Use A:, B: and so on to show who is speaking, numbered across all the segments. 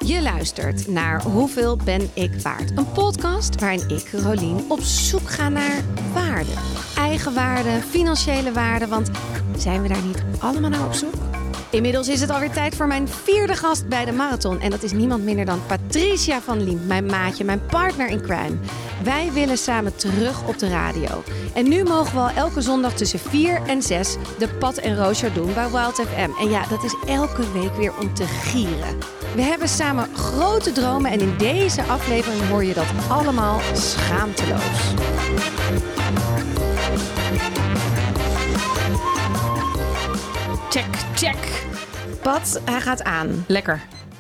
A: Je luistert naar Hoeveel ben ik waard? Een podcast waarin ik, Rolien, op zoek ga naar waarde. Eigen waarde, financiële waarde, want zijn we daar niet allemaal naar op zoek? Inmiddels is het alweer tijd voor mijn 4e gast bij de marathon. En dat is niemand minder dan Patricia van Liemt, mijn maatje, mijn partner in crime. Wij willen samen terug op de radio. En nu mogen we al elke zondag tussen 4 en 6 de Pat en Roos Show doen bij Wild FM. En ja, dat is elke week weer om te gieren. We hebben samen grote dromen en in deze aflevering hoor je dat allemaal schaamteloos.
B: Check.
A: Pat, hij gaat aan.
B: Lekker.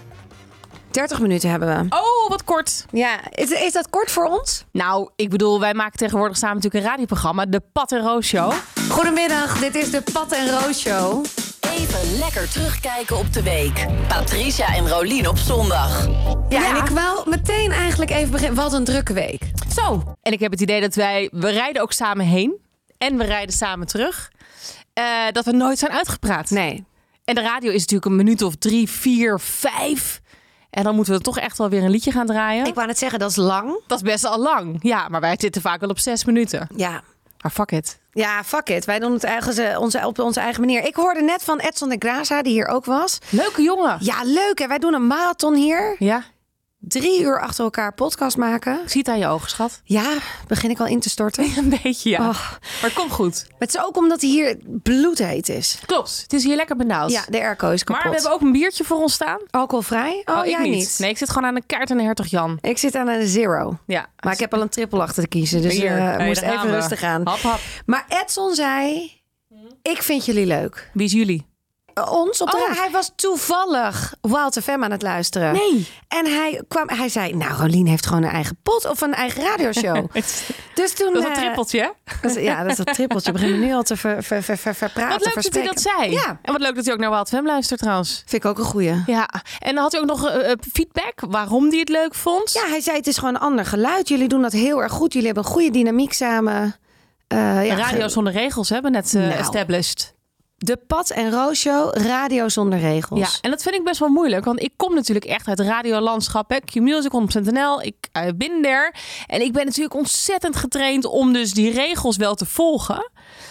A: 30 minuten hebben we.
B: Oh, wat kort.
A: Ja, is dat kort voor ons?
B: Nou, ik bedoel, wij maken tegenwoordig samen natuurlijk een radioprogramma. De Pat en Roos Show.
A: Goedemiddag, dit is de Pat en Roos Show.
C: Even lekker terugkijken op de week. Patricia en Rolien op zondag.
A: Ja, en ik wou meteen eigenlijk even beginnen. Wat een drukke week.
B: Zo. En ik heb het idee dat we rijden ook samen heen. En we rijden samen terug. Dat we nooit zijn uitgepraat.
A: Nee.
B: En de radio is natuurlijk een minuut of 3, 4, 5. En dan moeten we toch echt wel weer een liedje gaan draaien.
A: Ik wou net zeggen, dat is lang.
B: Dat is best al lang. Ja, maar wij zitten vaak wel op 6 minuten.
A: Ja.
B: Maar fuck it.
A: Ja, fuck it. Wij doen het op onze eigen manier. Ik hoorde net van Edson de Graza, die hier ook was.
B: Leuke jongen.
A: Ja, leuk hè. Wij doen een marathon hier.
B: Ja.
A: 3 uur achter elkaar podcast maken.
B: Ik zie het aan je ogen, schat.
A: Ja, begin ik al in te storten.
B: Een beetje, ja.
A: Oh.
B: Maar het komt goed.
A: Het is ook omdat hij hier bloedheet is.
B: Klopt. Het is hier lekker benauwd.
A: Ja, de airco is kapot.
B: Maar we hebben ook een biertje voor ons staan.
A: Alcoholvrij? Oh,
B: ik
A: jij
B: niet.
A: niet.
B: Nee, ik zit gewoon aan een kaart en een hertog Jan.
A: Ik zit aan een 0.
B: Ja.
A: Maar ik heb al een triple achter te kiezen. Dus moest
B: daar gaan
A: even
B: we.
A: rustig aan.
B: Hap.
A: Maar Edson zei, ik vind jullie leuk.
B: Wie is jullie?
A: Ons op de Hij was toevallig Wild FM aan het luisteren.
B: Nee.
A: En hij zei, nou, Rolien heeft gewoon een eigen een eigen radioshow. Dus toen,
B: Dat is een trippeltje, hè?
A: Ja, dat is dat trippeltje. We beginnen nu al te verpraten.
B: Wat leuk dat hij dat zei.
A: Ja.
B: En wat leuk dat hij ook naar Wild FM luistert trouwens.
A: Vind ik ook een goeie.
B: Ja. En dan had hij ook nog feedback waarom hij het leuk vond.
A: Ja, hij zei, het is gewoon een ander geluid. Jullie doen dat heel erg goed. Jullie hebben een goede dynamiek samen.
B: Radio zonder regels hebben net established.
A: De Pat en Roos Show, radio zonder regels.
B: Ja, en dat vind ik best wel moeilijk. Want ik kom natuurlijk echt uit radiolandschap. Hè? Q-Music, 100%NL. Ik ben er. En ik ben natuurlijk ontzettend getraind om dus die regels wel te volgen.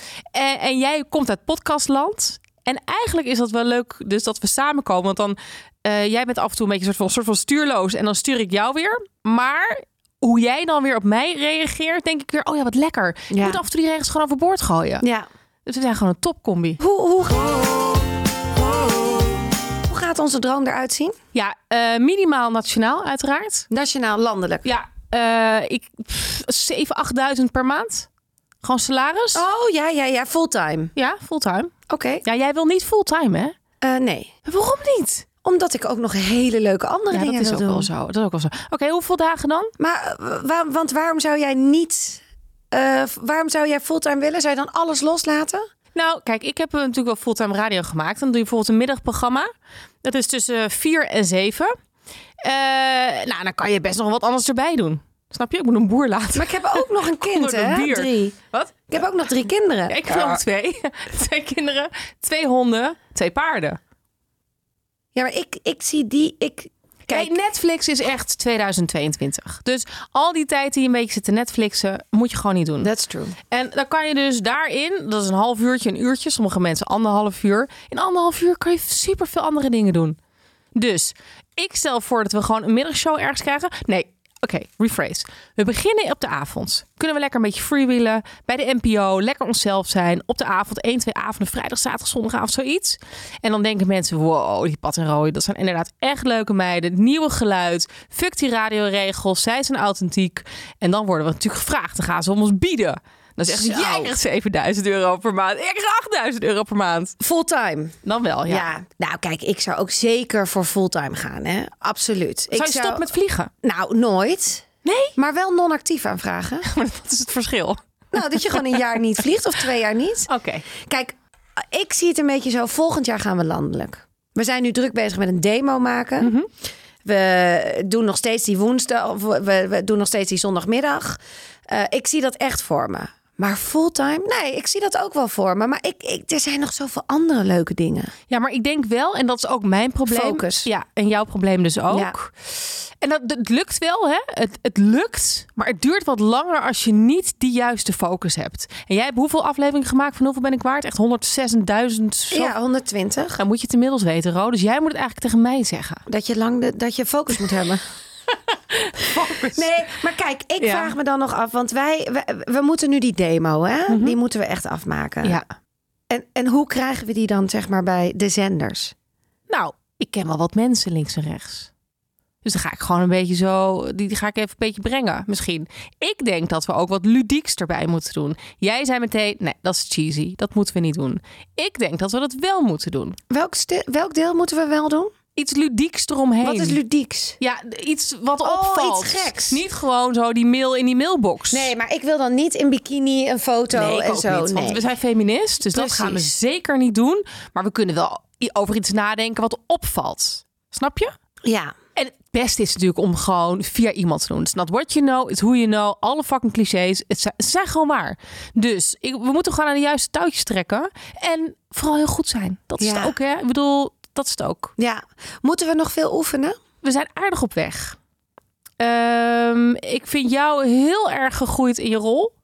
B: En jij komt uit podcastland. En eigenlijk is dat wel leuk dus dat we samenkomen. Want dan, jij bent af en toe een beetje een soort van stuurloos. En dan stuur ik jou weer. Maar hoe jij dan weer op mij reageert, denk ik weer, oh ja, wat lekker. Je moet af en toe die regels gewoon overboord gooien.
A: Ja.
B: Dus we zijn gewoon een topcombi.
A: Hoe gaat onze droom eruit zien?
B: Ja, minimaal nationaal uiteraard.
A: Nationaal, landelijk.
B: Ja, 7.000-8.000 per maand. Gewoon salaris.
A: Oh, ja, fulltime.
B: Ja, fulltime.
A: Oké.
B: Ja, jij wil niet fulltime, hè?
A: Nee.
B: Waarom niet?
A: Omdat ik ook nog hele leuke andere dingen
B: dat is
A: wil
B: ook
A: doen.
B: wel zo. Dat is ook wel zo. Oké, hoeveel dagen dan?
A: Maar want waarom zou jij niet... waarom zou jij fulltime willen? Zou je dan alles loslaten?
B: Nou, kijk, ik heb natuurlijk wel fulltime radio gemaakt. Dan doe je bijvoorbeeld een middagprogramma. Dat is tussen 4 en 7. Nou, dan kan je best nog wat anders erbij doen. Snap je? Ik moet een boer laten.
A: Maar ik heb ook nog een kind, hè? 3.
B: Wat?
A: Ik heb ook nog 3 kinderen.
B: Ja, ik heb ook 2. 2 kinderen, 2 honden, 2 paarden.
A: Ja, maar ik zie die...
B: Kijk, Netflix is echt 2022. Dus al die tijd die je een beetje zit te Netflixen, moet je gewoon niet doen.
A: That's true.
B: En dan kan je dus daarin, dat is een half uurtje, een uurtje. Sommige mensen 1,5 uur. In 1,5 uur kan je super veel andere dingen doen. Dus ik stel voor dat we gewoon een middagshow ergens krijgen. Nee, oké, rephrase. We beginnen op de avond. Kunnen we lekker een beetje freewheelen bij de NPO. Lekker onszelf zijn. Op de avond, 1, 2 avonden. Vrijdag, zaterdag, zondagavond, zoiets. En dan denken mensen, wow, die Pat en Roy, dat zijn inderdaad echt leuke meiden. Nieuwe geluid. Fuck die radioregels. Zij zijn authentiek. En dan worden we natuurlijk gevraagd. Dan gaan ze om ons bieden. Dan zeggen ze, jij krijgt 7.000 euro per maand. Ik krijg 8.000 euro per maand.
A: Fulltime.
B: Dan wel, ja.
A: Ja. Nou, kijk, ik zou ook zeker voor fulltime gaan, hè? Absoluut.
B: Zou je stoppen met vliegen?
A: Nou, nooit.
B: Nee?
A: Maar wel non-actief aanvragen.
B: Maar wat is het verschil?
A: Nou, dat je gewoon een jaar niet vliegt of 2 jaar niet.
B: Oké.
A: Kijk, ik zie het een beetje zo. Volgend jaar gaan we landelijk. We zijn nu druk bezig met een demo maken.
B: Mm-hmm.
A: We doen nog steeds die woensdag. We doen nog steeds die zondagmiddag. Ik zie dat echt voor me. Maar fulltime? Nee, ik zie dat ook wel voor me. Maar er zijn nog zoveel andere leuke dingen.
B: Ja, maar ik denk wel, en dat is ook mijn probleem.
A: Focus.
B: Ja, en jouw probleem dus ook.
A: Ja.
B: En het lukt wel, hè? Het lukt, maar het duurt wat langer als je niet die juiste focus hebt. En jij hebt hoeveel afleveringen gemaakt van Hoeveel Ben ik waard? Echt 106.000?
A: Ja, 120.
B: Dan moet je het inmiddels weten, Ro. Dus jij moet het eigenlijk tegen mij zeggen.
A: Dat je focus moet hebben.
B: Focus.
A: Nee, maar kijk, ik vraag me dan nog af. Want we moeten nu die demo, hè?
B: Mm-hmm.
A: Die moeten we echt afmaken.
B: Ja.
A: En hoe krijgen we die dan, zeg maar, bij de zenders?
B: Nou, ik ken wel wat mensen links en rechts. Dus dan ga ik gewoon een beetje zo... Die ga ik even een beetje brengen, misschien. Ik denk dat we ook wat ludieks erbij moeten doen. Jij zei meteen, nee, dat is cheesy. Dat moeten we niet doen. Ik denk dat we dat wel moeten doen.
A: Welk deel moeten we wel doen?
B: Iets ludieks eromheen.
A: Wat is ludieks?
B: Ja, iets wat opvalt.
A: Iets geks.
B: Niet gewoon zo die mail in die mailbox.
A: Nee, maar ik wil dan niet in bikini een foto
B: Nee, ik
A: en
B: ook
A: zo.
B: niet, want we zijn feminist, dus
A: Precies.
B: dat gaan we zeker niet doen. Maar we kunnen wel over iets nadenken wat opvalt. Snap je?
A: Ja.
B: En het beste is natuurlijk om gewoon via iemand te doen. It's not what you know, it's who you know. Alle fucking clichés. Het zijn gewoon waar. Dus we moeten gewoon aan de juiste touwtjes trekken. En vooral heel goed zijn. Dat is het ook, hè? Ik bedoel, dat is het ook.
A: Ja. Moeten we nog veel oefenen?
B: We zijn aardig op weg. Ik vind jou heel erg gegroeid in je rol.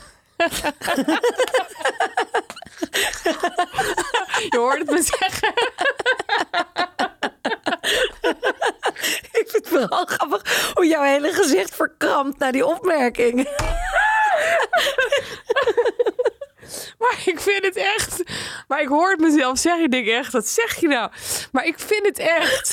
B: Je hoort het me zeggen.
A: Ik vind het vooral grappig hoe jouw hele gezicht verkrampt naar die opmerking.
B: Maar ik vind het echt... Maar ik hoor het mezelf zeggen. Ik denk echt, wat zeg je nou? Maar ik vind het echt...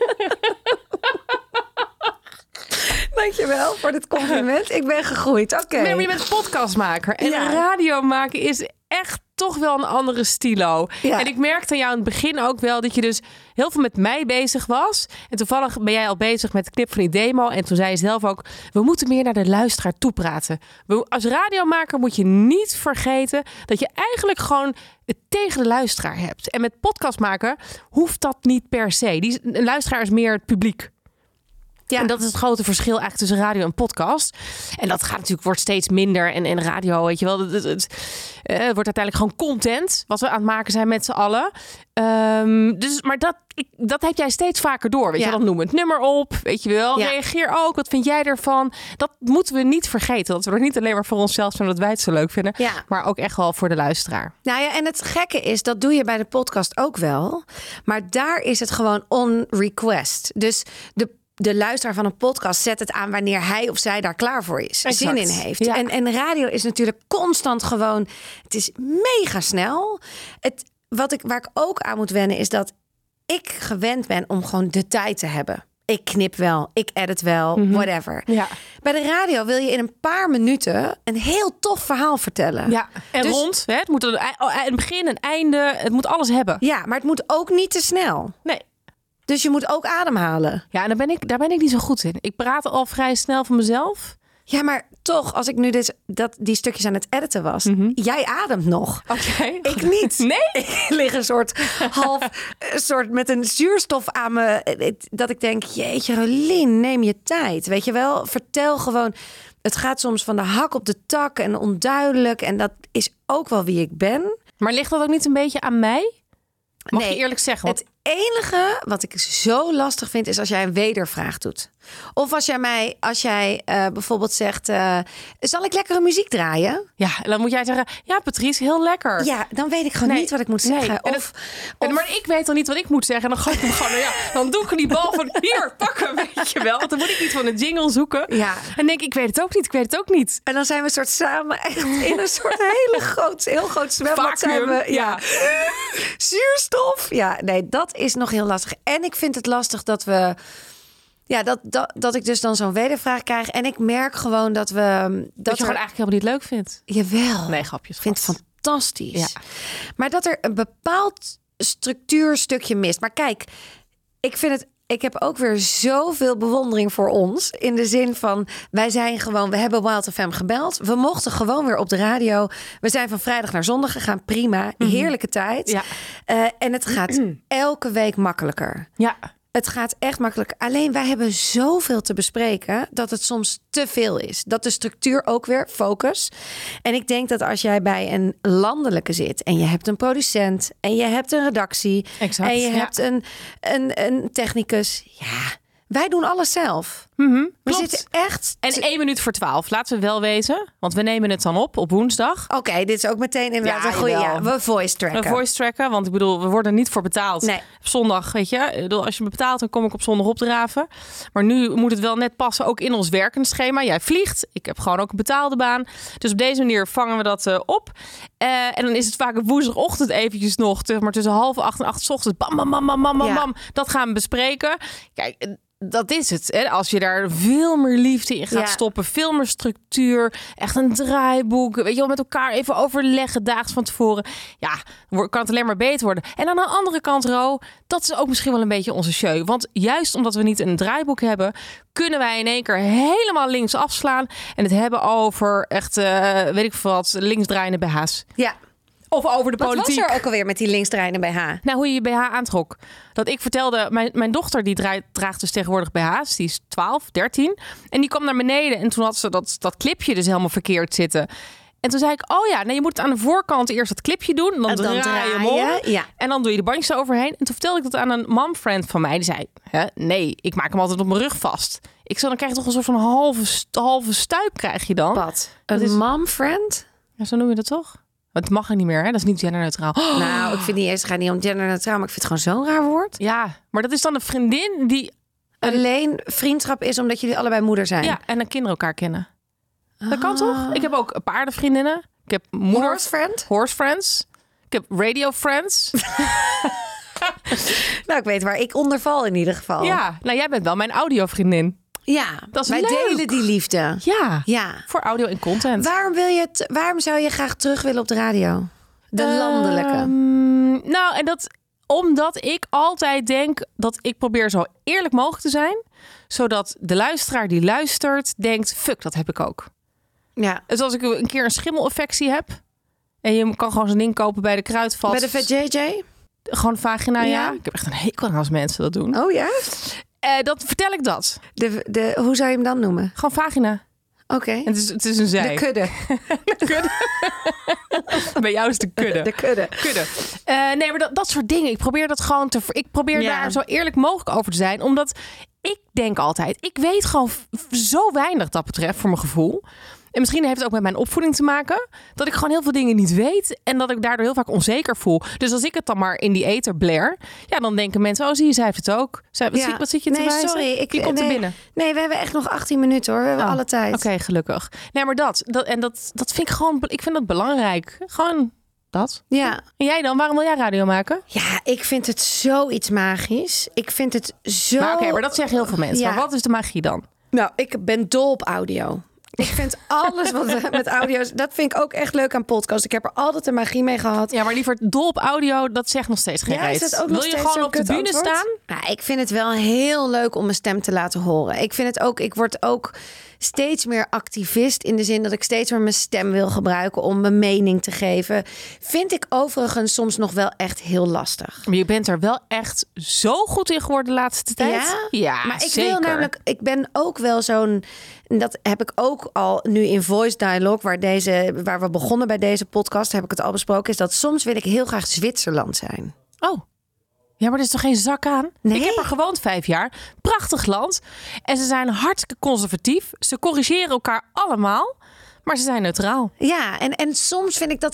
A: Dankjewel voor dit compliment. Ik ben gegroeid. Oké.
B: Nee, maar je bent podcastmaker. En radio maken is echt toch wel een andere stilo.
A: Ja.
B: En ik merkte aan jou in het begin ook wel dat je dus heel veel met mij bezig was. En toevallig ben jij al bezig met de knip van die demo. En toen zei je zelf ook, we moeten meer naar de luisteraar toe praten. Als radiomaker moet je niet vergeten dat je eigenlijk gewoon het tegen de luisteraar hebt. En met podcastmaker hoeft dat niet per se. Een luisteraar is meer het publiek. Ja. En dat is het grote verschil eigenlijk tussen radio en podcast. En dat wordt steeds minder. En radio, weet je wel, het wordt uiteindelijk gewoon content wat we aan het maken zijn met z'n allen. Maar dat heb jij steeds vaker door. Weet je, dan noem het nummer op. Weet je wel, reageer ook. Wat vind jij ervan? Dat moeten we niet vergeten. Dat we er niet alleen maar voor onszelf zijn, dat wij het zo leuk vinden. Ja. Maar ook echt wel voor de luisteraar.
A: Nou ja, en het gekke is, dat doe je bij de podcast ook wel. Maar daar is het gewoon on request. Dus de luisteraar van een podcast zet het aan wanneer hij of zij daar klaar voor is.
B: Exact.
A: Zin in heeft.
B: Ja.
A: En radio is natuurlijk constant gewoon... Het is mega snel. Waar ik ook aan moet wennen is dat ik gewend ben om gewoon de tijd te hebben. Ik knip wel, ik edit wel, whatever.
B: Ja.
A: Bij de radio wil je in een paar minuten een heel tof verhaal vertellen.
B: Ja, en dus, rond. Hè? Het moet een begin, een einde. Het moet alles hebben.
A: Ja, maar het moet ook niet te snel.
B: Nee.
A: Dus je moet ook ademhalen.
B: Ja, en daar ben ik niet zo goed in. Ik praat al vrij snel van mezelf.
A: Ja, maar toch, als ik nu die stukjes aan het editen was... Jij ademt nog.
B: Oké.
A: Ik niet.
B: Nee?
A: Ik lig een soort met een zuurstof aan me... dat ik denk, jeetje, Rolien, neem je tijd. Weet je wel, vertel gewoon... Het gaat soms van de hak op de tak en onduidelijk. En dat is ook wel wie ik ben.
B: Maar ligt dat ook niet een beetje aan mij? Mag
A: Nee,
B: je eerlijk zeggen?
A: Het enige wat ik zo lastig vind is als jij een wedervraag doet. Of als jij bijvoorbeeld zegt, zal ik lekkere muziek draaien?
B: Ja, en dan moet jij zeggen, ja Patrice, heel lekker.
A: Ja, dan weet ik gewoon niet wat ik moet zeggen.
B: Nee. Maar ik weet dan niet wat ik moet zeggen. En dan gooi ik hem gewoon, dan doe ik die bal van, hier, pak hem, weet je wel. Want dan moet ik iets van een jingle zoeken.
A: Ja.
B: En denk ik weet het ook niet.
A: En dan zijn we soort samen echt in een soort heel groot zwembad. Zijn we,
B: ja.
A: Zuurstof. Ja, nee, dat is nog heel lastig. En ik vind het lastig dat we... Ja, dat ik dus dan zo'n wedervraag krijg. En ik merk gewoon dat we...
B: Dat je gewoon eigenlijk helemaal niet leuk vindt.
A: Jawel.
B: Nee, grapjes.
A: Ik vind het fantastisch.
B: Ja.
A: Maar dat er een bepaald structuurstukje mist. Maar kijk, ik heb ook weer zoveel bewondering voor ons. In de zin van, we hebben Wild FM gebeld. We mochten gewoon weer op de radio. We zijn van vrijdag naar zondag gegaan. Prima, heerlijke tijd.
B: Ja.
A: En het gaat elke week makkelijker.
B: Ja.
A: Het gaat echt makkelijk. Alleen wij hebben zoveel te bespreken dat het soms te veel is. Dat de structuur ook weer, focus. En ik denk dat als jij bij een landelijke zit en je hebt een producent en je hebt een redactie en je hebt een technicus. Ja, wij doen alles zelf.
B: Mm-hmm,
A: we zitten echt...
B: En 11:55, laten we wel wezen. Want we nemen het dan op woensdag.
A: Oké, dit is ook meteen inderdaad een goede... Ja, we voice tracken.
B: We voice tracken, want ik bedoel, we worden niet voor betaald.
A: Nee.
B: Op zondag, weet je. Als je me betaalt, dan kom ik op zondag opdraven. Maar nu moet het wel net passen, ook in ons werkend-schema. Jij vliegt, ik heb gewoon ook een betaalde baan. Dus op deze manier vangen we dat op. En dan is het vaak op woensdagochtend eventjes nog, maar tussen 7:30 en 8:00 's ochtends. Bam, bam, bam, bam, bam, bam. Dat gaan we bespreken. Kijk... Dat is het. Hè? Als je daar veel meer liefde in gaat stoppen, veel meer structuur, echt een draaiboek, weet je wel, met elkaar even overleggen daags van tevoren. Ja, kan het alleen maar beter worden. En aan de andere kant, Ro, dat is ook misschien wel een beetje onze show. Want juist omdat we niet een draaiboek hebben, kunnen wij in één keer helemaal links afslaan en het hebben over echt, weet ik veel wat, linksdraaiende BH's. Ja. Of over de politiek.
A: Wat was er ook alweer met die linksdraaiende BH?
B: Nou, hoe je je BH aantrok. Dat ik vertelde, mijn dochter die draagt dus tegenwoordig BH's. Die is 12, 13. En die kwam naar beneden en toen had ze dat clipje dus helemaal verkeerd zitten. En toen zei ik, oh ja, nee, je moet aan de voorkant eerst dat clipje doen. En dan draai je hem om. Ja. En dan doe je de bandjes overheen. En toen vertelde ik dat aan een momfriend van mij. Die zei, nee, ik maak hem altijd op mijn rug vast. Ik zei, dan krijg je toch een soort van halve stuip krijg je dan.
A: Wat? Een momfriend?
B: Ja, zo noem je dat toch? Het mag er niet meer, hè? Dat is niet genderneutraal.
A: Nou, ik vind niet eens, het gaat niet om genderneutraal, maar ik vind het gewoon zo'n raar woord.
B: Ja, maar dat is dan een vriendin die...
A: Alleen vriendschap is omdat jullie allebei moeder zijn.
B: Ja, en dan kinderen elkaar kennen. Dat kan toch? Ik heb ook paardenvriendinnen. Ik heb horse friends. Ik heb radio friends.
A: Nou, ik weet waar ik onder val in ieder geval.
B: Ja, nou jij bent wel mijn audiovriendin.
A: Ja,
B: dat is
A: wij
B: leuk.
A: Delen die liefde.
B: Ja, voor audio en content.
A: Waarom zou je graag terug willen op de radio? De landelijke.
B: Nou, en omdat ik altijd denk dat ik probeer zo eerlijk mogelijk te zijn. Zodat de luisteraar die luistert denkt, fuck, dat heb ik ook. Ja. Dus als ik een keer een schimmelinfectie heb. En je kan gewoon zo'n ding kopen bij de Kruidvat.
A: Bij de VJJ?
B: Gewoon vagina, ja. Ik heb echt een hekel aan als mensen dat doen.
A: Oh ja?
B: Dat vertel ik dat.
A: Hoe zou je hem dan noemen?
B: Gewoon vagina.
A: Oké.
B: Het is een zij.
A: De kudde.
B: De kudde. Bij jou is de kudde.
A: De kudde.
B: Nee, maar dat soort dingen. Ik probeer dat gewoon ik probeer daar zo eerlijk mogelijk over te zijn. Omdat ik denk altijd, ik weet gewoon zo weinig dat betreft voor mijn gevoel. En misschien heeft het ook met mijn opvoeding te maken. Dat ik gewoon heel veel dingen niet weet. En dat ik daardoor heel vaak onzeker voel. Dus als ik het dan maar in die ether blair. Ja, dan denken mensen, oh zie je, zij heeft het ook. Wat zit je te wijzen?
A: Sorry,
B: ik kom er binnen.
A: Nee, we hebben echt nog 18 minuten hoor. We hebben alle tijd.
B: Oké, gelukkig. Nee, maar dat vind ik gewoon, ik vind dat belangrijk. Gewoon dat. Ja. En jij dan? Waarom wil jij radio maken?
A: Ja, ik vind het zoiets magisch. Ik vind het zo...
B: Maar dat zeggen heel veel mensen. Ja. Maar wat is de magie dan?
A: Nou, ik ben dol op audio. Ik vind alles wat met audio's... Dat vind ik ook echt leuk aan podcasts. Ik heb er altijd een magie mee gehad.
B: Ja, maar liever dol op audio, dat zegt nog steeds geen reet. Wil je gewoon op de bühne staan?
A: Nou, ik vind het wel heel leuk om mijn stem te laten horen. Ik word ook steeds meer activist in de zin dat ik steeds meer mijn stem wil gebruiken om mijn mening te geven. Vind ik overigens soms nog wel echt heel lastig.
B: Maar je bent er wel echt zo goed in geworden de laatste tijd. Ja,
A: maar
B: zeker.
A: Ik ben ook wel zo'n... Dat heb ik ook al nu in Voice Dialogue, waar we begonnen bij deze podcast, heb ik het al besproken, is dat soms wil ik heel graag Zwitserland zijn.
B: Oh. Ja, maar er is toch geen zak aan?
A: Nee.
B: Ik heb er gewoond 5 jaar. Prachtig land. En ze zijn hartstikke conservatief. Ze corrigeren elkaar allemaal. Maar ze zijn neutraal.
A: Ja, en soms vind ik dat...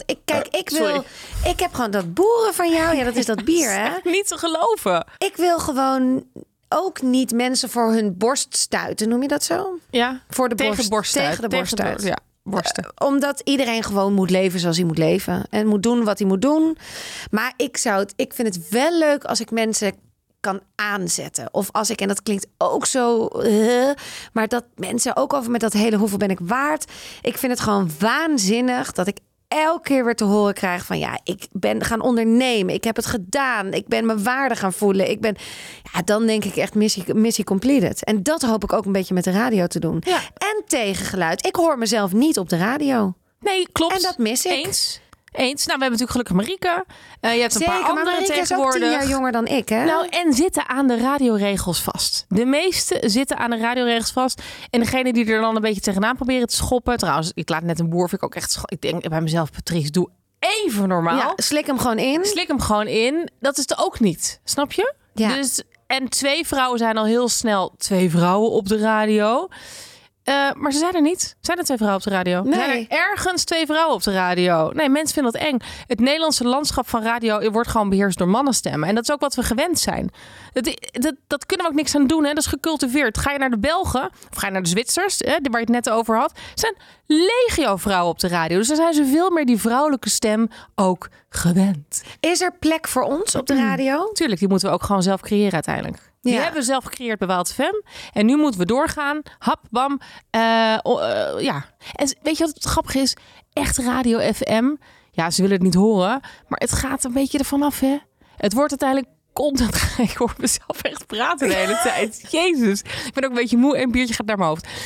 A: Ik heb gewoon dat boeren van jou. Ja, dat is dat bier, hè?
B: Niet te geloven.
A: Ik wil gewoon ook niet mensen voor hun borst stuiten. Noem je dat zo?
B: Ja,
A: voor de borst. Tegen de borst stuiten. Ja. Omdat iedereen gewoon moet leven zoals hij moet leven. En moet doen wat hij moet doen. Maar ik vind het wel leuk als ik mensen kan aanzetten. Of als ik, en dat klinkt ook zo... maar dat mensen ook over met dat hele hoeveel ben ik waard. Ik vind het gewoon waanzinnig dat ik elke keer weer te horen krijg van ja, ik ben gaan ondernemen. Ik heb het gedaan. Ik ben mijn waarde gaan voelen. Dan denk ik echt missie completed. En dat hoop ik ook een beetje met de radio te doen. Ja. En tegengeluid. Ik hoor mezelf niet op de radio.
B: Nee, klopt.
A: En dat mis ik.
B: Eens. Nou, we hebben natuurlijk gelukkig Marieke. Je hebt een paar andere
A: Marieke
B: tegenwoordig.
A: is ook 10 jaar jonger dan ik, hè?
B: Nou, en zitten aan de radioregels vast. De meesten zitten aan de radioregels vast. En degene die er dan een beetje tegenaan proberen te schoppen. Trouwens, ik laat net een boer, vind ik ook echt... Ik denk bij mezelf, Patrice, doe even normaal.
A: Ja, slik hem gewoon in.
B: Slik hem gewoon in. Dat is het ook niet. Snap je?
A: Ja.
B: Dus, en 2 vrouwen zijn al heel snel 2 vrouwen op de radio. Maar ze zijn er niet. Zijn er 2 vrouwen op de radio?
A: Nee.
B: Zijn er ergens 2 vrouwen op de radio? Nee, mensen vinden dat eng. Het Nederlandse landschap van radio wordt gewoon beheerst door mannenstemmen. En dat is ook wat we gewend zijn. Dat kunnen we ook niks aan doen. Hè? Dat is gecultiveerd. Ga je naar de Belgen, of ga je naar de Zwitsers, hè, waar je het net over had, zijn legio vrouwen op de radio. Dus dan zijn ze veel meer die vrouwelijke stem ook gewend.
A: Is er plek voor ons op de radio?
B: Tuurlijk, die moeten we ook gewoon zelf creëren uiteindelijk. Die hebben we zelf gecreëerd bij Wild FM. En nu moeten we doorgaan. Hap, bam. Ja. En weet je wat het grappig is? Echt Radio FM. Ja, ze willen het niet horen. Maar het gaat een beetje ervan af, hè? Het wordt uiteindelijk content. Ik hoor mezelf echt praten de hele tijd. Jezus. Ik ben ook een beetje moe en een biertje gaat naar mijn hoofd.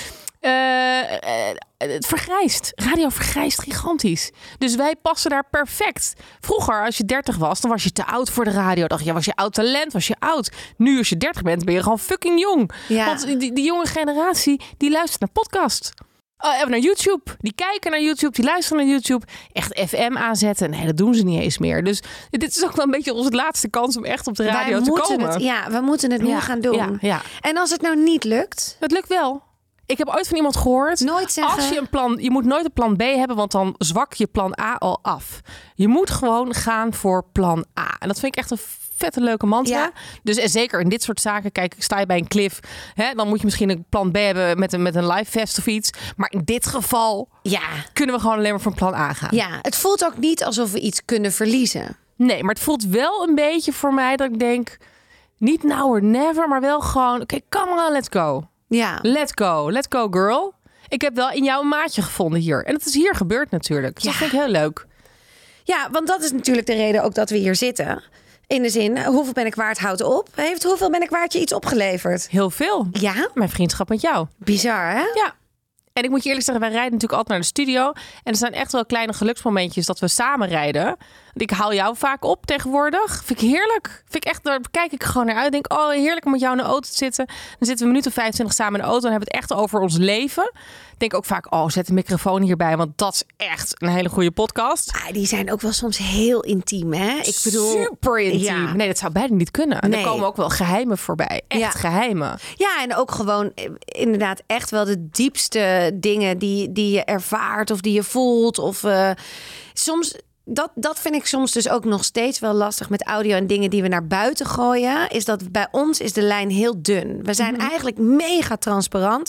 B: Het vergrijst. Radio vergrijst gigantisch. Dus wij passen daar perfect. Vroeger, als je 30 was, dan was je te oud voor de radio. Dacht je, was je oud talent, was je oud. Nu, als je 30 bent, ben je gewoon fucking jong.
A: Ja.
B: Want die jonge generatie, die luistert naar podcast. Even naar YouTube. Die kijken naar YouTube, die luisteren naar YouTube. Echt FM aanzetten. Nee, dat doen ze niet eens meer. Dus dit is ook wel een beetje onze laatste kans om echt op de radio te komen.
A: We moeten het nu gaan doen.
B: Ja.
A: En als het nou niet lukt?
B: Het lukt wel. Ik heb ooit van iemand gehoord.
A: Nooit zeggen.
B: Als je moet nooit een plan B hebben, want dan zwak je plan A al af. Je moet gewoon gaan voor plan A. En dat vind ik echt een vette leuke mantra.
A: Ja.
B: Dus en zeker in dit soort zaken, kijk, sta je bij een cliff, hè, dan moet je misschien een plan B hebben met een live fest of iets. Maar in dit geval kunnen we gewoon alleen maar voor plan A gaan.
A: Ja, het voelt ook niet alsof we iets kunnen verliezen.
B: Nee, maar het voelt wel een beetje voor mij dat ik denk, niet now or never, maar wel gewoon, oké, come on, let's go.
A: Ja.
B: Let's go girl. Ik heb wel in jou een maatje gevonden hier. En het is hier gebeurd natuurlijk. Dus dat vind ik heel leuk.
A: Ja, want dat is natuurlijk de reden ook dat we hier zitten. In de zin, hoeveel ben ik waard, houdt op. Heeft hoeveel ben ik waard je iets opgeleverd?
B: Heel veel.
A: Ja?
B: Mijn vriendschap met jou.
A: Bizar, hè?
B: Ja. En ik moet je eerlijk zeggen, wij rijden natuurlijk altijd naar de studio. En er zijn echt wel kleine geluksmomentjes dat we samen rijden. Ik haal jou vaak op tegenwoordig. Vind ik heerlijk. Daar kijk ik gewoon naar uit. Denk, oh heerlijk om met jou in de auto te zitten. Dan zitten we een minuut of 25 samen in de auto. Dan hebben we het echt over ons leven. Denk ook vaak, zet de microfoon hierbij. Want dat is echt een hele goede podcast.
A: Die zijn ook wel soms heel intiem, hè? Ik bedoel,
B: super intiem.
A: Ja.
B: Nee, dat zou bijna niet kunnen.
A: Nee.
B: Er komen ook wel geheimen voorbij. Echt geheimen.
A: Ja, en ook gewoon inderdaad echt wel de diepste dingen die je ervaart of die je voelt. Of soms... Dat vind ik soms dus ook nog steeds wel lastig met audio en dingen die we naar buiten gooien. Is dat bij ons is de lijn heel dun. We zijn eigenlijk mega transparant,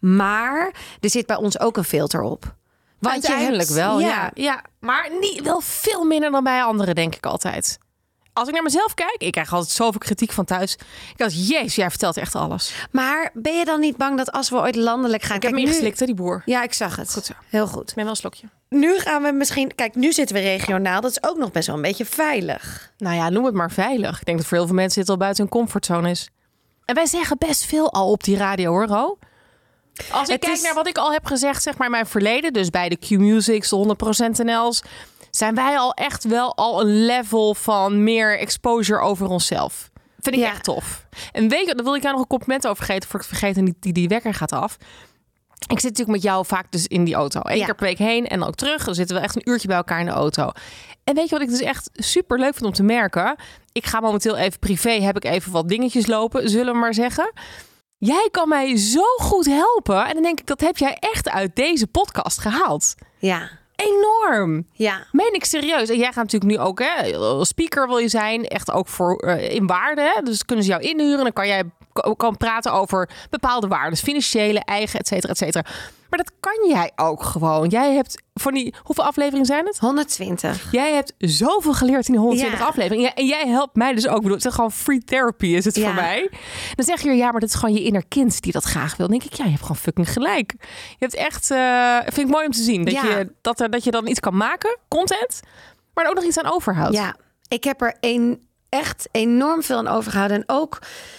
A: maar er zit bij ons ook een filter op. Want
B: uiteindelijk wel, ja. Maar wel veel minder dan bij anderen, denk ik altijd. Als ik naar mezelf kijk, ik krijg altijd zoveel kritiek van thuis. Ik dacht, jezus, jij vertelt echt alles.
A: Maar ben je dan niet bang dat als we ooit landelijk gaan...
B: Ik heb hem ingeslikt, hè, die boer.
A: Ja, ik zag het.
B: Goed zo.
A: Heel goed.
B: Ik ben wel een slokje.
A: Nu gaan we misschien... Kijk, nu zitten we regionaal. Dat is ook nog best wel een beetje veilig.
B: Nou ja, noem het maar veilig. Ik denk dat voor heel veel mensen dit al buiten hun comfortzone is. En wij zeggen best veel al op die radio, hoor, Ro. Als ik kijk naar wat ik al heb gezegd, zeg maar in mijn verleden... dus bij de Q-Musics, de 100% NL's... zijn wij al echt wel al een level van meer exposure over onszelf. Vind ik echt tof. En weet je, daar wil ik jou nog een compliment over geven... voor ik het vergeten niet die wekker gaat af. Ik zit natuurlijk met jou vaak dus in die auto. Eén keer per week heen en dan ook terug. Dan zitten we echt een uurtje bij elkaar in de auto. En weet je wat ik dus echt super leuk vind om te merken? Ik ga momenteel even privé, heb ik even wat dingetjes lopen, zullen we maar zeggen. Jij kan mij zo goed helpen. En dan denk ik, dat heb jij echt uit deze podcast gehaald.
A: Ja.
B: Enorm.
A: Ja.
B: Meen ik serieus. En jij gaat natuurlijk nu ook, hè, speaker wil je zijn. Echt ook voor in waarde. Hè? Dus kunnen ze jou inhuren. Dan kan jij kan praten over bepaalde waarden. Financiële, eigen, et cetera, et cetera. Maar dat kan jij ook gewoon. Jij hebt van die... Hoeveel afleveringen zijn het?
A: 120.
B: Jij hebt zoveel geleerd in die 120 afleveringen. En jij helpt mij dus ook. Ik bedoel, het is gewoon free therapy is het voor mij. Dan zeg je, ja, maar dat is gewoon je inner kind die dat graag wil. Dan denk ik, ja, je hebt gewoon fucking gelijk. Je hebt echt... vind ik mooi om te zien. Dat je dan iets kan maken, content, maar er ook nog iets aan overhoudt.
A: Ja, ik heb er echt enorm veel aan overgehouden. En ook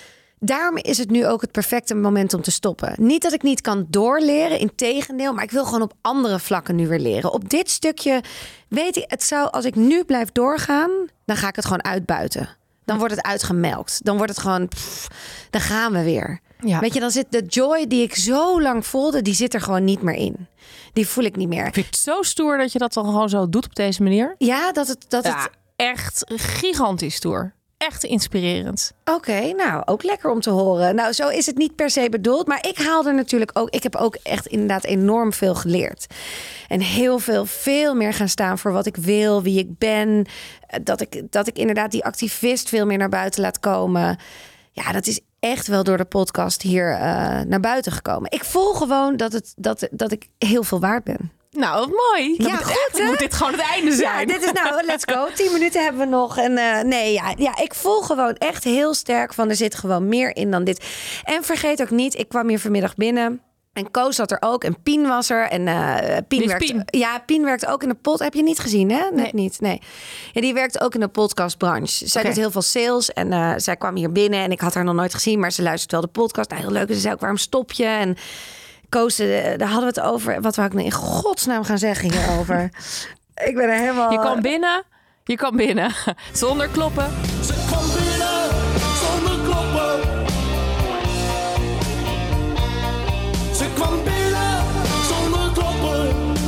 A: daarom is het nu ook het perfecte moment om te stoppen. Niet dat ik niet kan doorleren, integendeel, maar ik wil gewoon op andere vlakken nu weer leren. Op dit stukje weet ik, het zou, als ik nu blijf doorgaan, dan ga ik het gewoon uitbuiten. Dan wordt het uitgemelkt. Dan wordt het gewoon, dan gaan we weer.
B: Ja.
A: Weet je, dan zit de joy die ik zo lang voelde, die zit er gewoon niet meer in. Die voel ik niet meer.
B: Ik vind het zo stoer dat je dat dan gewoon zo doet op deze manier.
A: Ja, dat het...
B: Echt gigantisch stoer. Echt inspirerend.
A: Oké, nou, ook lekker om te horen. Nou, zo is het niet per se bedoeld. Maar ik haal er natuurlijk ook... Ik heb ook echt inderdaad enorm veel geleerd. En veel meer gaan staan voor wat ik wil, wie ik ben. Dat ik inderdaad die activist veel meer naar buiten laat komen. Ja, dat is echt wel door de podcast hier naar buiten gekomen. Ik voel gewoon dat ik heel veel waard ben.
B: Nou, wat mooi.
A: Ja, goed, hè?
B: Moet dit gewoon het einde zijn?
A: Ja, dit is nou, let's go. 10 minuten hebben we nog. En ik voel gewoon echt heel sterk van er zit gewoon meer in dan dit. En vergeet ook niet, ik kwam hier vanmiddag binnen. En Koos zat er ook en Pien was er. En Pien werkt.
B: Pien?
A: Ja, Pien werkt ook in de pod. Heb je niet gezien, hè? Net
B: Nee.
A: niet. Nee. Ja, die werkt ook in de podcastbranche. Zij doet heel veel sales. En zij kwam hier binnen en ik had haar nog nooit gezien, maar ze luistert wel de podcast. Nou, heel leuk. Ze zei ook, waarom stop je? En Koos, daar hadden we het over. Wat wou ik nou in godsnaam gaan zeggen hierover? Ik ben er helemaal...
B: Je kan binnen. Zonder kloppen.
D: Ze kwam binnen zonder kloppen. Ze kwam binnen zonder kloppen.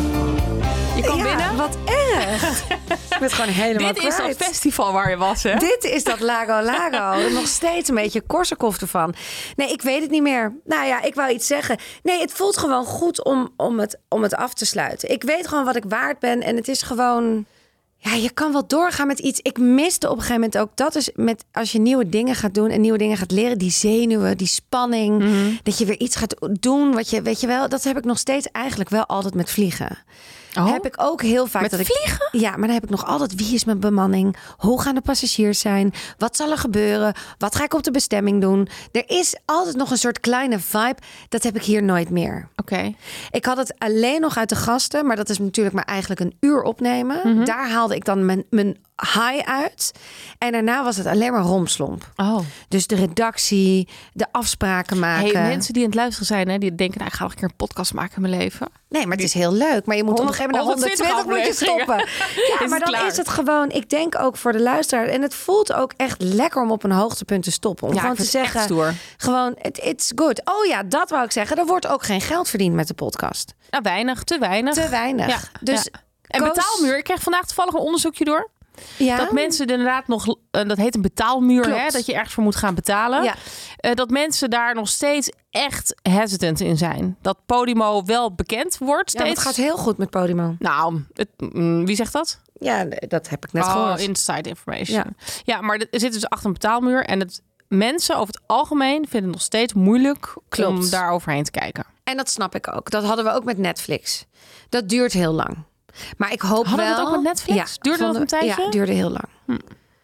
B: Je kan binnen.
A: Wat erg. Ik ben het gewoon helemaal
B: Dit is dat
A: kwijt.
B: festival waar je was, hè?
A: Dit is dat Lago Lago. Nog steeds een beetje Korsakoff ervan. Nee, ik weet het niet meer. Nou ja, ik wou iets zeggen. Nee, het voelt gewoon goed om het af te sluiten. Ik weet gewoon wat ik waard ben. En het is gewoon... Ja, je kan wel doorgaan met iets. Ik miste op een gegeven moment ook... Dat is met als je nieuwe dingen gaat doen en nieuwe dingen gaat leren. Die zenuwen, die spanning. Dat je weer iets gaat doen. Wat je, weet je wel, dat heb ik nog steeds eigenlijk wel altijd met vliegen.
B: Oh?
A: Heb ik ook heel vaak
B: Met
A: dat ik
B: vliegen?
A: Ja, maar dan heb ik nog altijd wie is mijn bemanning? Hoe gaan de passagiers zijn? Wat zal er gebeuren? Wat ga ik op de bestemming doen? Er is altijd nog een soort kleine vibe. Dat heb ik hier nooit meer.
B: Oké.
A: Ik had het alleen nog uit de gasten, maar dat is natuurlijk maar eigenlijk een uur opnemen. Daar haalde ik dan mijn high uit. En daarna was het alleen maar romslomp.
B: Oh.
A: Dus de redactie, de afspraken maken.
B: Hey, mensen die aan het luisteren zijn, hè, die denken, nou, ik ga nog een keer een podcast maken in mijn leven.
A: Nee, maar het is heel leuk. Maar je moet op een gegeven moment naar 120 moet je stoppen. Ja,
B: Is
A: maar
B: het
A: dan
B: klaar?
A: is het gewoon... Ik denk ook voor de luisteraar... En het voelt ook echt lekker om op een hoogtepunt te stoppen. Om
B: Ja,
A: gewoon
B: ik
A: te
B: vind het
A: zeggen...
B: echt stoer.
A: Gewoon, it's good. Oh ja, dat wou ik zeggen. Er wordt ook geen geld verdiend met de podcast.
B: Nou, weinig, te weinig.
A: Te weinig.
B: Ja,
A: Dus
B: ja. En
A: Koos-
B: betaalmuur. Ik kreeg vandaag toevallig een onderzoekje door.
A: Ja?
B: Dat mensen inderdaad nog, dat heet een betaalmuur,
A: Klopt.
B: hè, dat je ergens voor moet gaan betalen.
A: Ja.
B: Dat mensen daar nog steeds echt hesitant in zijn. Dat Podimo wel bekend wordt
A: Ja,
B: steeds.
A: maar het gaat heel goed met Podimo.
B: Nou, wie zegt dat?
A: Ja, dat heb ik net gehoord.
B: Inside information.
A: Ja.
B: Ja, maar er zit dus achter een betaalmuur. En mensen over het algemeen vinden het nog steeds moeilijk
A: Klopt.
B: om daar overheen te kijken.
A: En dat snap ik ook. Dat hadden we ook met Netflix. Dat duurt heel lang. Maar ik hoop
B: Hadden we
A: wel...
B: het ook met Netflix? Duurde dat een tijdje?
A: Ja, duurde heel lang.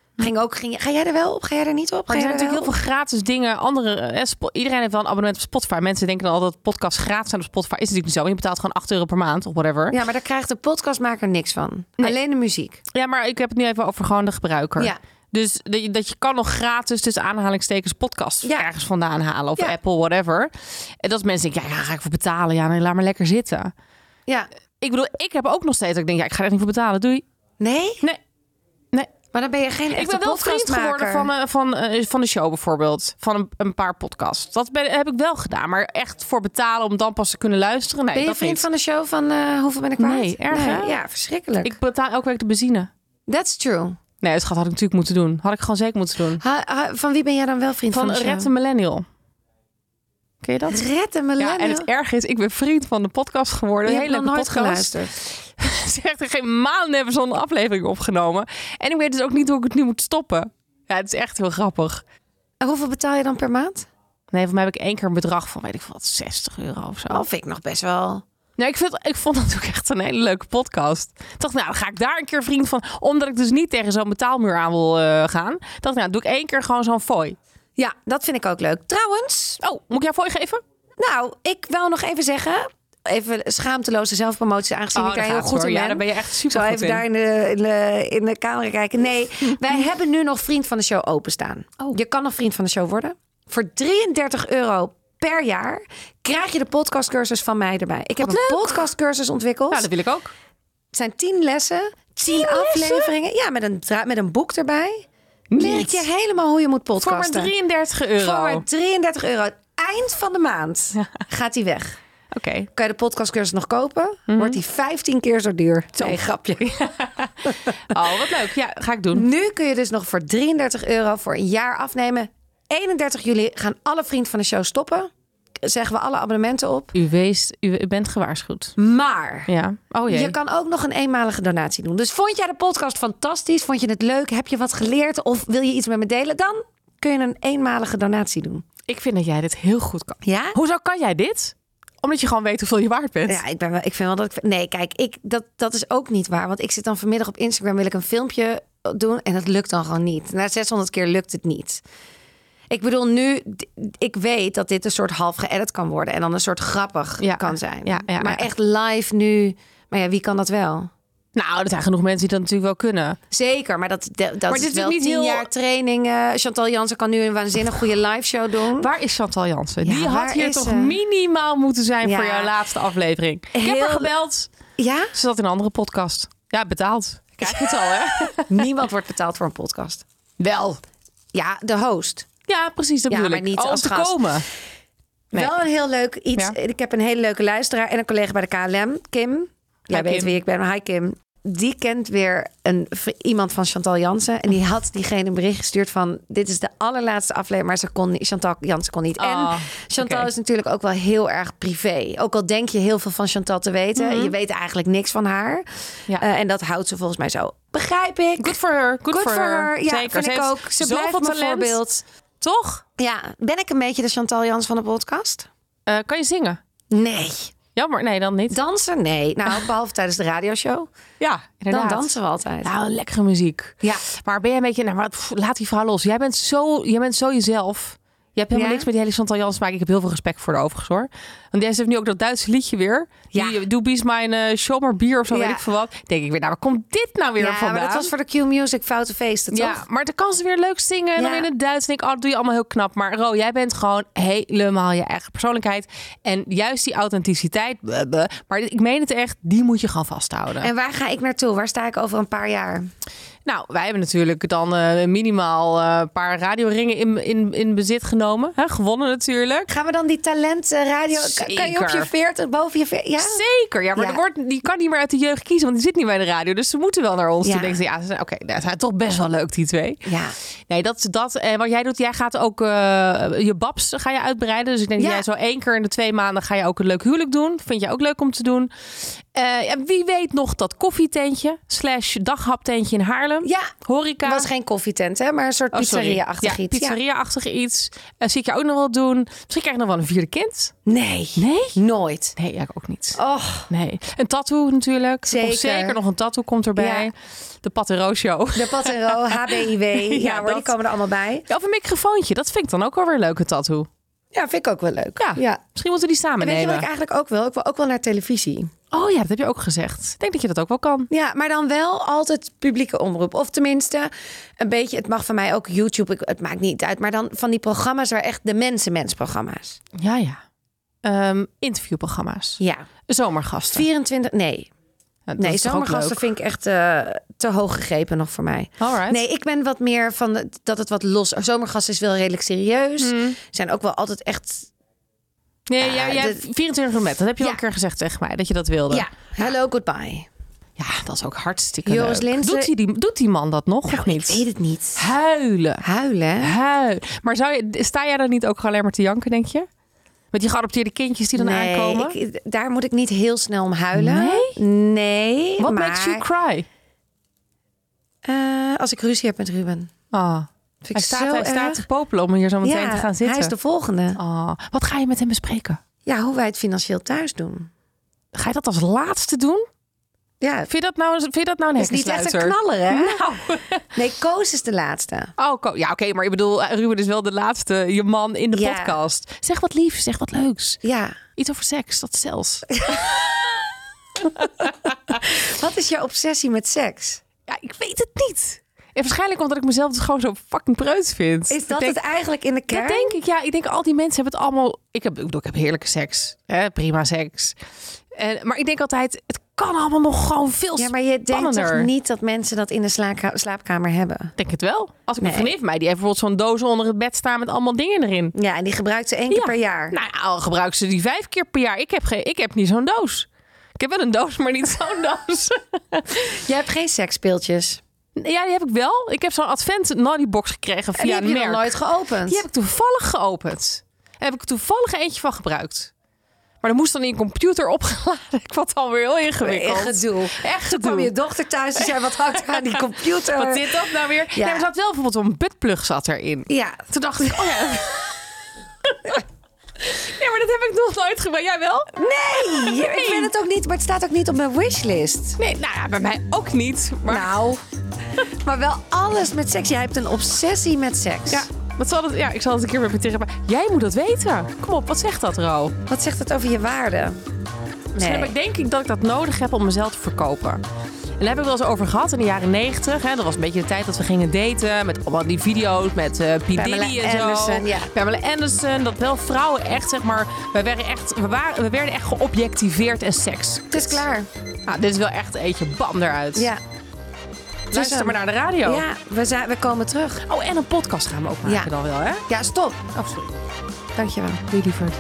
A: Ga jij er wel op? Ga jij er niet op?
B: Maar er
A: Ga
B: zijn
A: jij er
B: natuurlijk heel veel gratis dingen. Iedereen heeft wel een abonnement op Spotify. Mensen denken dan altijd dat podcasts gratis zijn op Spotify. Is natuurlijk niet zo. Je betaalt gewoon €8 per maand of whatever.
A: Ja, maar daar krijgt de podcastmaker niks van.
B: Nee.
A: Alleen de muziek.
B: Ja, maar ik heb het nu even over gewoon de gebruiker.
A: Ja.
B: Dus dat je kan nog gratis tussen aanhalingstekens podcasts
A: Ja.
B: ergens vandaan halen. Of
A: Ja.
B: Apple, whatever. En dat mensen denken, ja, ga ik voor betalen? Ja, nee, laat maar lekker zitten.
A: Ja.
B: Ik bedoel, ik heb ook nog steeds dat ik denk, ja, ik ga er echt niet voor betalen. Doei.
A: Nee?
B: Nee.
A: Maar dan ben je geen echte
B: Ik ben wel vriend geworden van de show bijvoorbeeld. Van een paar podcasts. Dat heb ik wel gedaan. Maar echt voor betalen om dan pas te kunnen luisteren. Nee,
A: Ben je
B: dat
A: vriend
B: niet.
A: van de show van Hoeveel ben ik waard?
B: Nee, erg, hè?
A: Ja, verschrikkelijk.
B: Ik betaal elke week de benzine.
A: That's true.
B: Nee, dat had ik natuurlijk moeten doen. Had ik gewoon zeker moeten doen.
A: Van wie ben jij dan wel vriend van
B: Van
A: de show?
B: Red de Millennial. Ken je dat?
A: Red de
B: Ja,
A: Millennial?
B: en het erge is, ik ben vriend van de podcast geworden.
A: Je
B: Een
A: hebt
B: hele
A: nog
B: leuke
A: nooit
B: podcast.
A: geluisterd.
B: Ze heeft er geen maanden hebben zo'n aflevering opgenomen. En ik weet dus ook niet hoe ik het nu moet stoppen. Ja, het is echt heel grappig.
A: En hoeveel betaal je dan per maand?
B: Nee, voor mij heb ik 1 keer een bedrag van, weet ik veel, wat, €60 of zo.
A: Oh, vind ik nog best wel...
B: Nee, ik vond het ook echt een hele leuke podcast. Ik dacht, nou, dan ga ik daar een keer vriend van. Omdat ik dus niet tegen zo'n betaalmuur aan wil gaan. Dacht, nou, doe ik 1 keer gewoon zo'n fooi.
A: Ja, dat vind ik ook leuk. Trouwens,
B: Oh, moet ik jou fooi geven?
A: nou, ik wil nog even zeggen... Even schaamteloze zelfpromotie, aangezien ik daar heel goed in ben.
B: Ja, daar ben je echt
A: Ik
B: super
A: zal
B: goed
A: even
B: in.
A: daar in de camera kijken. Nee, wij hebben nu nog vriend van de show openstaan.
B: Oh.
A: Je kan nog vriend van de show worden. Voor €33 per jaar krijg je de podcastcursus van mij erbij. Ik heb een podcastcursus ontwikkeld.
B: Ja, dat wil ik ook.
A: Het zijn 10 lessen, 10 afleveringen. Ja, met een boek erbij. Leer ik je helemaal hoe je moet podcasten.
B: Voor maar €33.
A: Voor maar €33. Eind van de maand gaat die weg.
B: Oké.
A: Kan je de podcastcursus nog kopen? Wordt die 15 keer zo duur. Nee, grapje.
B: Oh, wat leuk. Ja, ga ik doen.
A: Nu kun je dus nog voor €33 voor een jaar afnemen. 31 juli gaan alle vrienden van de show stoppen. Zeggen we alle abonnementen op.
B: U bent gewaarschuwd.
A: Maar
B: Ja. Oh jee.
A: je kan ook nog een eenmalige donatie doen. Dus vond jij de podcast fantastisch? Vond je het leuk? Heb je wat geleerd? Of wil je iets met me delen? Dan kun je een eenmalige donatie doen.
B: Ik vind dat jij dit heel goed kan.
A: Ja?
B: Hoezo kan jij dit? Omdat je gewoon weet hoeveel je waard bent.
A: Ja, ik vind wel dat ik... Nee, kijk, dat is ook niet waar. Want ik zit dan vanmiddag op Instagram, wil ik een filmpje doen. En dat lukt dan gewoon niet. Na 600 keer lukt het niet. Ik bedoel, nu, ik weet dat dit een soort half geëdit kan worden. En dan een soort grappig kan zijn.
B: Ja,
A: maar echt live nu... Maar ja, wie kan dat wel?
B: Nou, er zijn genoeg mensen die dat natuurlijk wel kunnen.
A: Zeker, maar dat
B: dit
A: is
B: is
A: wel
B: niet
A: 10
B: heel-
A: jaar training. Chantal Jansen kan nu een waanzinnig goede live show doen.
B: Waar is Chantal Jansen?
A: Ja,
B: Die had
A: waar
B: hier
A: is
B: toch
A: ze?
B: minimaal moeten zijn
A: Ja.
B: voor jouw laatste aflevering. Ik heb
A: Heel-
B: haar gebeld.
A: Ja?
B: Ze zat in een andere podcast. Ja, betaald. Krijg je het al, hè?
A: Niemand wordt betaald voor een podcast.
B: Wel.
A: Ja, de host.
B: Ja, precies, dat
A: Ja,
B: bedoel
A: maar
B: ik.
A: niet als
B: te
A: gast.
B: komen. Nee.
A: Wel een heel leuk iets.
B: Ja.
A: Ik heb een hele leuke luisteraar en een collega bij de KLM, Kim. Jij
B: Hi,
A: weet
B: Kim.
A: wie ik ben, maar hi Kim. Die kent weer iemand van Chantal Jansen. En die had diegene een bericht gestuurd van... dit is de allerlaatste aflevering, maar Chantal Jansen kon niet.
B: Oh,
A: en Chantal
B: oké.
A: is natuurlijk ook wel heel erg privé. Ook al denk je heel veel van Chantal te weten... je weet eigenlijk niks van haar.
B: Ja.
A: En dat houdt ze volgens mij zo. Begrijp ik.
B: Good for her. Good
A: Good for her. Ja,
B: Zeker.
A: vind ik
B: heeft
A: ook. Ze
B: zoveel
A: blijft mijn
B: talent.
A: voorbeeld.
B: Toch?
A: Ja, ben ik een beetje de Chantal Jansen van de podcast?
B: Kan je zingen?
A: Nee.
B: Jammer, nee, dan niet.
A: Dansen? Nee. Nou, behalve tijdens de radioshow.
B: Ja, inderdaad.
A: Dan dansen we altijd.
B: Nou, lekkere muziek.
A: Ja.
B: Maar ben jij een beetje... Nou, laat die vrouw los. Jij bent zo jezelf. Je hebt helemaal
A: Ja?
B: niks met die hele Chantal Jansen maken. Ik heb heel veel respect voor de overigens, hoor. Want deze heeft nu ook dat Duitse liedje weer.
A: Ja.
B: Die Du bist mijn Schomer bier of zo,
A: Ja.
B: weet ik veel wat. Denk ik weer, nou, waar komt dit nou weer
A: Ja,
B: vandaan?
A: maar dat was voor de Q-Music Foute Feesten, toch?
B: Ja, maar dan kan ze weer leuk zingen en dan
A: Ja.
B: in het Duits. En ik, dat doe je allemaal heel knap. Maar Ro, jij bent gewoon helemaal je eigen persoonlijkheid. En juist die authenticiteit. Maar ik meen het echt, die moet je gewoon vasthouden.
A: En waar ga ik naartoe? Waar sta ik over een paar jaar?
B: Nou, wij hebben natuurlijk dan minimaal een paar radioringen in bezit genomen. Hè? Gewonnen natuurlijk.
A: Gaan we dan die talentradio... Kan je op je
B: Zeker.
A: 40, boven je 40? Ja?
B: Zeker, ja, maar
A: Ja.
B: die kan niet meer uit de jeugd kiezen, want die zit niet bij de radio. Dus ze moeten wel naar ons.
A: Ja.
B: Toen denk ik, ja, oké, dat zijn toch best wel leuk, die twee.
A: Ja.
B: Nee, dat wat jij doet, jij gaat ook je babs ga je uitbreiden. Dus ik denk
A: Ja.
B: dat jij zo 1 keer in de 2 maanden ga je ook een leuk huwelijk doen. Vind je ook leuk om te doen. Wie weet nog dat koffietentje / daghaptentje in Haarlem.
A: Ja.
B: Horeca.
A: Het was geen koffietent, hè? Maar een soort pizzeria-achtig
B: Ja,
A: iets.
B: pizzeria-achtig iets. Zie ik jou ook nog wel doen. Misschien krijg je nog wel een 4e kind.
A: Nee.
B: Nee?
A: Nooit.
B: Nee, ja, ik ook niet.
A: Och,
B: Nee. Een tattoo natuurlijk.
A: Zeker.
B: Of zeker nog een tattoo komt erbij.
A: Ja.
B: De Pat en Roos Show.
A: de Pat en Ro, HBIW. Ja, hoor, die
B: dat.
A: komen er allemaal bij.
B: Ja, of een microfoontje. Dat vind ik dan ook wel weer een leuke tattoo.
A: Ja, vind ik ook wel leuk.
B: Ja. Misschien moeten we die samen
A: En weet je wat
B: nemen.
A: ik eigenlijk ook wil? Ik wil ook wel naar televisie.
B: Oh ja, dat heb je ook gezegd. Ik denk dat je dat ook wel kan.
A: Ja, maar dan wel altijd publieke omroep. Of tenminste, een beetje, het mag van mij ook YouTube, het maakt niet uit. Maar dan van die programma's waar echt de mensenprogramma's.
B: Ja. Interviewprogramma's.
A: Ja,
B: Zomergasten.
A: 24, nee.
B: Ja, dat
A: Nee,
B: is toch ook
A: zomergasten
B: leuk?
A: vind ik echt te hoog gegrepen nog voor mij.
B: Alright.
A: Nee, ik ben wat meer van dat het wat los... Zomergasten is wel redelijk serieus. Zijn ook wel altijd echt...
B: Nee, jij hebt 24 uur met. Dat heb je
A: Ja.
B: al een keer gezegd tegen mij, dat je dat wilde.
A: Ja, hello, goodbye.
B: Ja, dat is ook hartstikke
A: Joris
B: leuk.
A: Linssen-
B: Doet die man dat nog
A: Nou,
B: of niet?
A: ik weet het niet.
B: Huilen.
A: Huilen, hè?
B: Maar sta jij dan niet ook alleen maar te janken, denk je? Met die geadopteerde kindjes die dan aankomen?
A: Daar moet ik niet heel snel om huilen.
B: Nee?
A: Nee,
B: What
A: maar...
B: makes you cry?
A: Als ik ruzie heb met Ruben.
B: Ah.
A: Vind ik
B: Hij staat
A: erg.
B: te popelen om hier zo meteen te gaan zitten.
A: hij is de volgende.
B: Ah. Wat ga je met hem bespreken?
A: Ja, hoe wij het financieel thuis doen.
B: Ga je dat als laatste doen?
A: Ja,
B: Vind je dat nou een
A: het is niet echt een
B: hekkensluiter?
A: knaller, hè?
B: Nou.
A: Nee, Koos is de laatste.
B: Oh, ja, oké, maar ik bedoel, Ruben is wel de laatste, je man in de
A: Ja.
B: podcast. Zeg wat liefs, zeg wat leuks.
A: Ja.
B: Iets over seks, dat zelfs.
A: Wat is je obsessie met seks?
B: Ja, ik weet het niet. En waarschijnlijk omdat ik mezelf dus gewoon zo fucking preuts vind.
A: Is dat het eigenlijk in de kern?
B: Dat denk ik, ja. Ik denk al die mensen hebben het allemaal... Ik heb heerlijke seks. Hè? Prima seks. Maar ik denk altijd, het kan allemaal nog gewoon veel spannender.
A: Ja, maar je denkt toch niet dat mensen dat in de slaapkamer hebben?
B: Ik denk het wel. Als ik een vriendin van mij, die heeft bijvoorbeeld zo'n doos onder het bed staan met allemaal dingen erin.
A: Ja, en die gebruikt ze 1 keer per jaar.
B: Nou, al gebruikt ze die 5 keer per jaar. Ik heb niet zo'n doos. Ik heb wel een doos, maar niet zo'n doos.
A: Je hebt geen seksspeeltjes?
B: Ja, die heb ik wel. Ik heb zo'n advent naughty box gekregen via een merk.
A: Die heb je nog nooit geopend?
B: Die heb ik toevallig geopend. Daar heb ik toevallig eentje van gebruikt. Maar dat moest dan in je computer opgeladen. Ik vond het alweer heel ingewikkeld.
A: Echt gedoe. Toen kwam je dochter thuis en zei, wat hangt er aan die computer?
B: Wat zit dat nou weer? Ja. Nee, er zat wel bijvoorbeeld zo'n buttplug zat erin.
A: Ja.
B: Toen dacht ik, oh ja. Ja, maar dat heb ik nog nooit gebruikt. Jij wel?
A: Nee, ik vind het ook niet. Maar het staat ook niet op mijn wishlist.
B: Nee, nou ja, bij mij ook niet. Maar...
A: Nou, maar wel alles met seks. Jij hebt een obsessie met seks.
B: Ja. Ik zal het een keer met me tegen. Maar jij moet dat weten. Kom op, wat zegt dat, Ro?
A: Wat zegt het over je waarde?
B: Misschien heb ik denk ik dat ik dat nodig heb om mezelf te verkopen. En daar heb ik wel eens over gehad in de jaren 90. Hè. Dat was een beetje de tijd dat we gingen daten. Met allemaal die video's met P. Diddy en zo.
A: Anderson, ja.
B: Pamela Anderson. Dat wel vrouwen echt, zeg maar... We werden echt geobjectiveerd en seks.
A: Het is klaar.
B: Nou, dit is wel echt eentje bam eruurt.
A: Ja.
B: Luister maar naar de radio.
A: Ja, we komen terug.
B: Oh, en een podcast gaan we ook maken dan wel, hè?
A: Ja, stop.
B: Oh, sorry.
A: Dankjewel.
B: Doei, lieverd.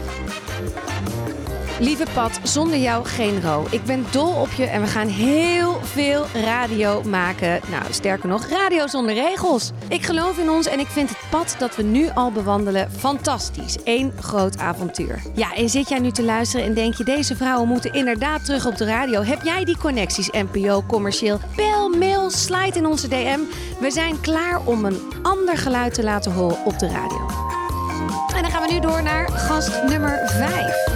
A: Lieve Pat, zonder jou geen Ro. Ik ben dol op je en we gaan heel veel radio maken. Nou, sterker nog, radio zonder regels. Ik geloof in ons en ik vind het pad dat we nu al bewandelen fantastisch. 1 groot avontuur. Ja, en zit jij nu te luisteren en denk je, deze vrouwen moeten inderdaad terug op de radio? Heb jij die connecties, NPO, commercieel? Bel, mail, slide in onze DM. We zijn klaar om een ander geluid te laten horen op de radio. En dan gaan we nu door naar gast nummer 5.